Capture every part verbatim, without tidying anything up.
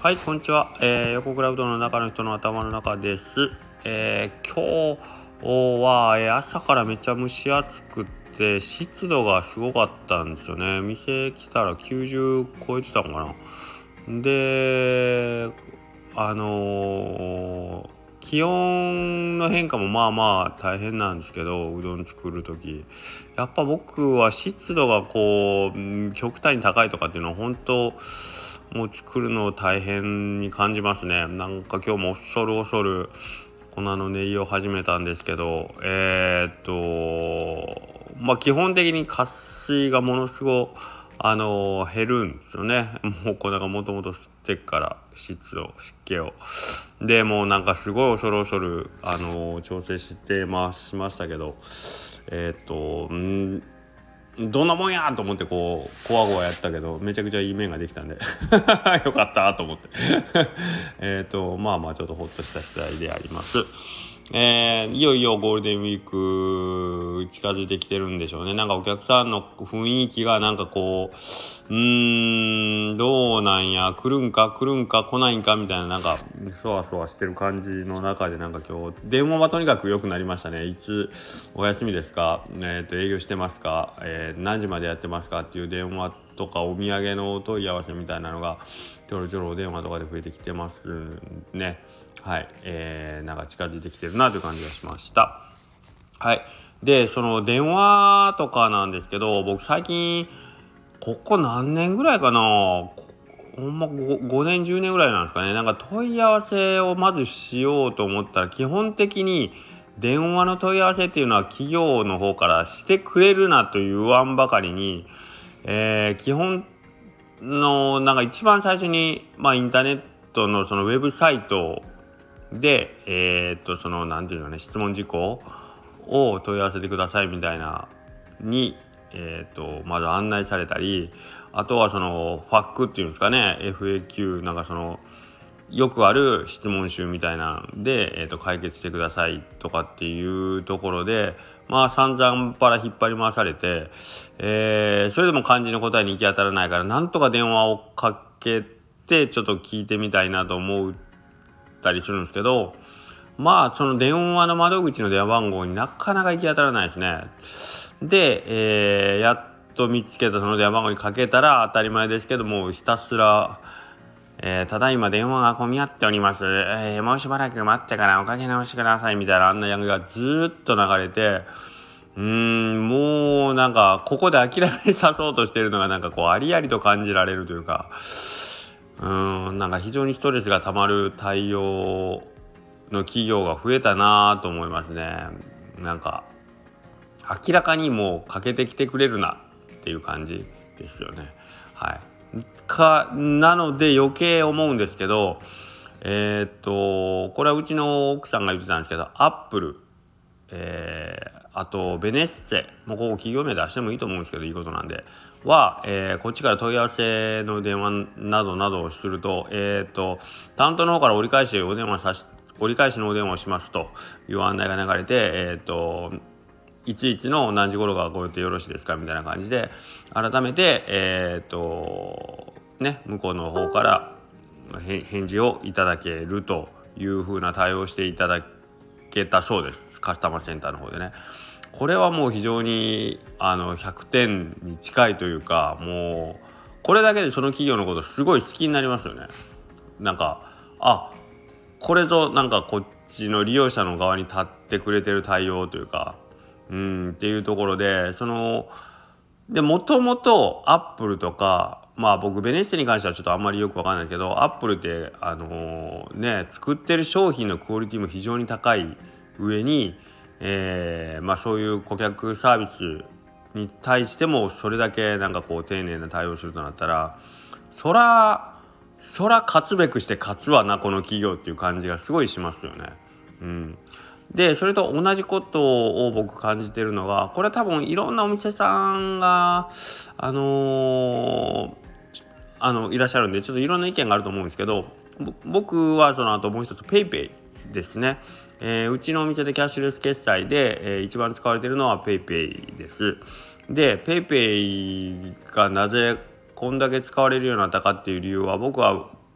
はい、こんにちは。えー、横クラウドの中の人の頭の中です。えー、今日は、えー朝からめっちゃ蒸し暑くて湿度がすごかったんですよね。店来たらきゅうじゅう超えてたのかな。で、あのー気温の変化もまあまあ大変なんですけど、うどん作るときやっぱ僕は湿度がこううん極端に高いとかっていうのは本当もう作るの大変に感じますね。なんか今日も恐る恐る粉の練りを始めたんですけど、えー、っとまあ基本的に渇水がものすごくあの減るんですよね。もう粉がもともと吸ってっから湿度湿気をでもうなんかすごい恐る恐るあの調整してましましたけど、えー、っとんどんなもんやと思ってこうこわごわやったけどめちゃくちゃいい麺ができたんでよかったと思ってえっとまあまあちょっとほっとした次第であります。えー、いよいよゴールデンウィーク近づいてきてるんでしょうね。なんかお客さんの雰囲気がなんかこううーんどうなんや来るんか来るんか来ないんかみたいななんかそわそわしてる感じの中でなんか今日電話はとにかく良くなりましたね。いつお休みですか、えー、と営業してますか、えー、何時までやってますかっていう電話とかお土産のお問い合わせみたいなのがちょろちょろお電話とかで増えてきてますね。はい、えー、なんか近づいてきてるなという感じがしました。はい。で、その電話とかなんですけど、僕最近ここ何年ぐらいかな、ほんま 5, ごねんじゅうねんぐらいなんですかね。なんか問い合わせをまずしようと思ったら基本的に電話の問い合わせっていうのは企業の方からしてくれるなと言わんばかりに、えー、基本のなんか一番最初に、まあ、インターネットのそのウェブサイトで、えー、っとそのなんていうのね質問事項を問い合わせてくださいみたいなに、えー、っとまず案内されたり、あとはそのファックっていうんですかね エフエーキュー なんかそのよくある質問集みたいなんで、えー、と解決してくださいとかっていうところでまあ散々パラ引っ張り回されて、えー、それでも肝心の答えに行き当たらないからなんとか電話をかけてちょっと聞いてみたいなと思ったりするんですけど、まあその電話の窓口の電話番号になかなか行き当たらないですね。で、えー、やっと見つけたその電話番号にかけたら当たり前ですけどもひたすらえー、ただいま電話が混み合っております、えー、もうしばらく待ってからおかけ直しくださいみたいな案内がずっと流れて、うーんもうなんかここで諦めさそうとしてるのがなんかこうありありと感じられるというか、うーんなんか非常にストレスがたまる対応の企業が増えたなと思いますね。なんか明らかにもうかけてきてくれるなっていう感じですよね。はいかなので余計思うんですけど、えー、っとこれはうちの奥さんが言ってたんですけどアップル、えー、あとベネッセもうここ企業名出してもいいと思うんですけどいいことなんでは、えー、こっちから問い合わせの電話などなどをすると、えー、っと担当の方から折り返しお電話さし折り返しのお電話をしますという案内が流れて、えー、っといちいちの何時頃がご予定よろしいですかみたいな感じで改めてえっとね向こうの方から返事をいただけるという風な対応をしていただけたそうです。カスタマーセンターの方でね。これはもう非常にあのひゃくてんに近いというか、もうこれだけでその企業のことすごい好きになりますよね。なんかあこれぞなんかこっちの利用者の側に立ってくれてる対応というかうんっていうところで、そのでもともとアップルとかまあ僕ベネッセに関してはちょっとあんまりよくわかんないけど、アップルってあのー、ね作ってる商品のクオリティも非常に高い上に、えー、まあそういう顧客サービスに対してもそれだけなんかこう丁寧な対応するとなったら、そらそら勝つべくして勝つわなこの企業っていう感じがすごいしますよね。うんでそれと同じことを僕感じてるのが、これ多分いろんなお店さんがあのー、あのいらっしゃるんでちょっといろんな意見があると思うんですけど、僕はその後もう一つ PayPay ですね、えー、うちのお店でキャッシュレス決済で、えー、一番使われているのは PayPay です。で PayPay がなぜこんだけ使われるようになったかっていう理由は僕は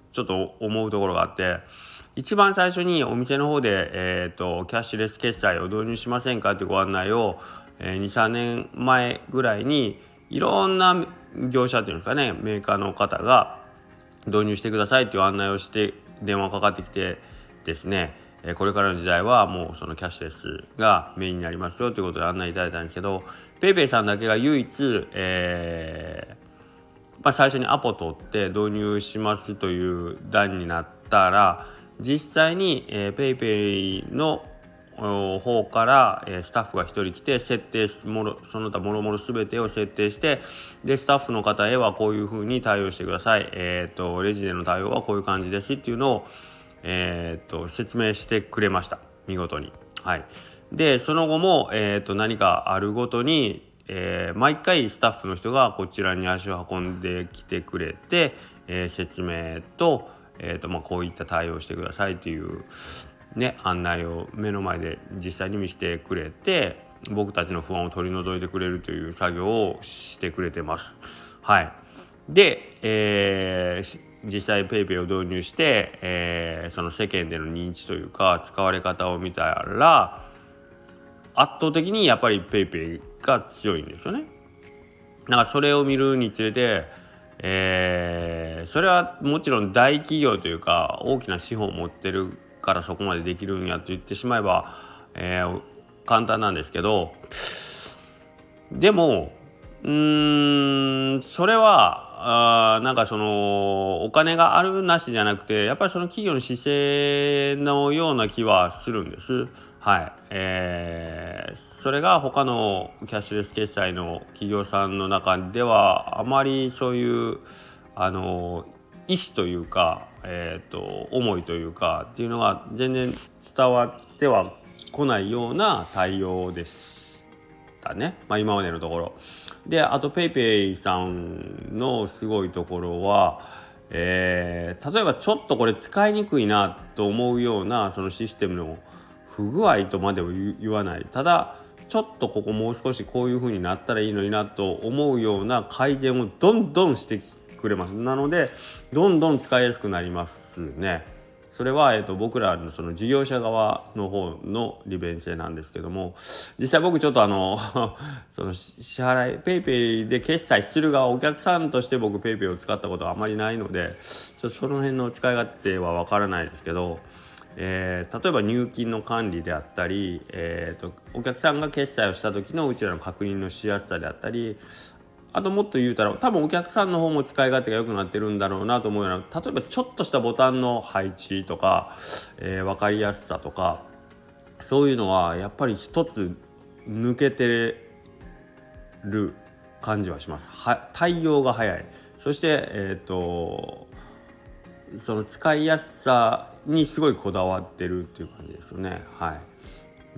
ちょっと思うところがあって、一番最初にお店の方で、えー、とキャッシュレス決済を導入しませんかってご案内を、えー、にさんねんまえぐらいにいろんな業者っていうんですかね、メーカーの方が導入してくださいっていう案内をして電話かかってきてですね、これからの時代はもうそのキャッシュレスがメインになりますよということで案内いただいたんですけど、ペイペイさんだけが唯一、えーまあ、最初にアポ取って導入しますという段になったら、実際に、えー、ペイペイの方から、えー、スタッフがひとり来て設定もろその他もろもろ全てを設定して、でスタッフの方へはこういう風に対応してください、えー、とレジでの対応はこういう感じですっていうのを、えー、と説明してくれました、見事に。はい。でその後も、えー、と何かあるごとに、えー、毎回スタッフの人がこちらに足を運んできてくれて、えー、説明と、えーとまあ、こういった対応してくださいというね、案内を目の前で実際に見せてくれて、僕たちの不安を取り除いてくれるという作業をしてくれてます。はい。で、えー、実際 PayPay を導入して、えー、その世間での認知というか使われ方を見たら、圧倒的にやっぱり PayPay が強いんですよね。なんかそれを見るにつれて、えー、それはもちろん大企業というか大きな資本を持ってるからそこまでできるんやと言ってしまえば、えー、簡単なんですけど、でもうーんそれはあなんかそのお金があるなしじゃなくて、やっぱりその企業の姿勢のような気はするんです。はい、えー、それが他のキャッシュレス決済の企業さんの中ではあまりそういうあの意思というか、えー、と思いというかっていうのが全然伝わってはこないような対応でしたね、まあ、今までのところで。あと PayPay さんのすごいところは、えー、例えばちょっとこれ使いにくいなと思うようなそのシステムの不具合とまでは言わない、ただちょっとここもう少しこういう風になったらいいのになと思うような改善をどんどんしてくれます。なのでどんどん使いやすくなりますね。それは、えー、と僕らのその事業者側の方の利便性なんですけども、実際僕ちょっとあのその支払い PayPay で決済する側お客さんとして僕 PayPay を使ったことはあまりないので、ちょっとその辺の使い勝手はわからないですけど、えー、例えば入金の管理であったり、えー、とお客さんが決済をした時のうちらの確認のしやすさであったり、あともっと言うたら多分お客さんの方も使い勝手が良くなってるんだろうなと思うような、例えばちょっとしたボタンの配置とか、えー、分かりやすさとか、そういうのはやっぱり一つ抜けてる感じはします。は対応が早い。そして、えー、とその使いやすさにすごいこだわってるっていう感じですよね。はい。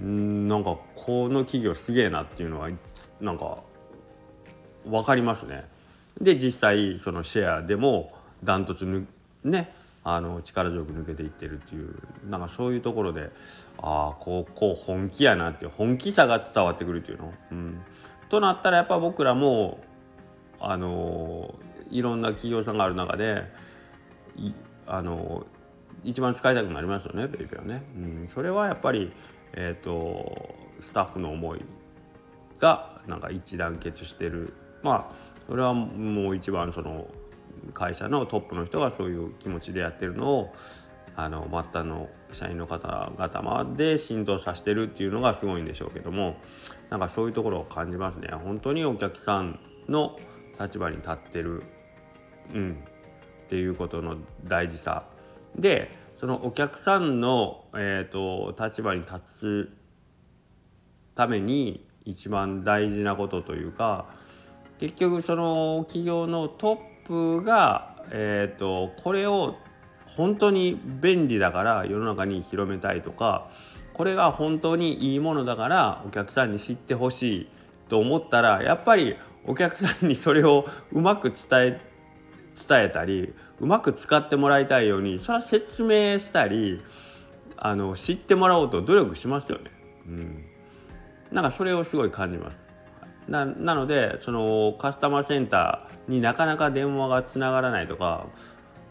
んなんかこの企業すげえなっていうのはなんか分かりますね。で実際そのシェアでもダントツぬねあの力強く抜けていってるっていう、なんかそういうところでああこうこう本気やなっていう本気さが伝わってくるっていうの、うん、となったらやっぱ僕らもあのいろんな企業さんがある中であの一番使いたくなりますよね、ペイペイはね、うん、それはやっぱり、えーと、スタッフの思いがなんか一致団結してる。まあそれはもう一番その会社のトップの人がそういう気持ちでやってるのをあの末端の社員の方々まで浸透させてるっていうのがすごいんでしょうけども、なんかそういうところを感じますね。本当にお客さんの立場に立ってる、うん、っていうことの大事さで、そのお客さんの、えーと、立場に立つために一番大事なことというか、結局その企業のトップが、えーと、これを本当に便利だから世の中に広めたいとか、これが本当にいいものだからお客さんに知ってほしいと思ったら、やっぱりお客さんにそれをうまく伝え伝えたりうまく使ってもらいたいように、それは説明したりあの知ってもらおうと努力しますよね。うん、なんかそれをすごい感じます。な, なのでそのカスタマーセンターになかなか電話がつながらないとか、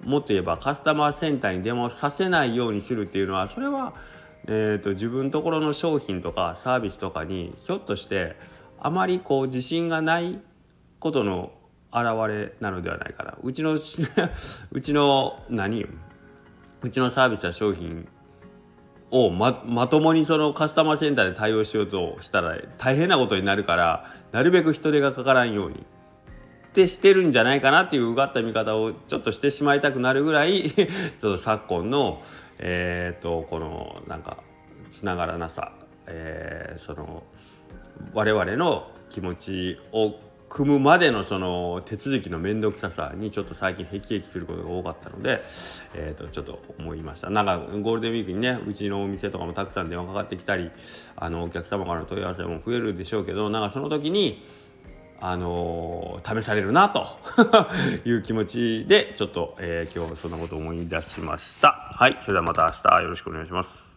もっと言えばカスタマーセンターに電話をさせないようにするっていうのは、それは、えーと、自分のところの商品とかサービスとかにひょっとしてあまりこう自信がないことの表れなのではないかな。うちのうちの何うちのサービスや商品を ま, まともにそのカスタマーセンターで対応しようとしたら大変なことになるから、なるべく人手がかからんようにってしてるんじゃないかなっていううがった見方をちょっとしてしまいたくなるぐらいちょっと昨今のえっ、ー、とこのなんかつながらなさ、えー、その我々の気持ちを組むまでのその手続きの面倒くささにちょっと最近へきへきすることが多かったので、えー、とちょっと思いました。なんかゴールデンウィークにね、うちのお店とかもたくさん電話かかってきたり、あのお客様からの問い合わせも増えるでしょうけど、なんかその時にあのー、試されるなという気持ちでちょっと、えー、今日そんなことを思い出しました。はい、それではまた明日よろしくお願いします。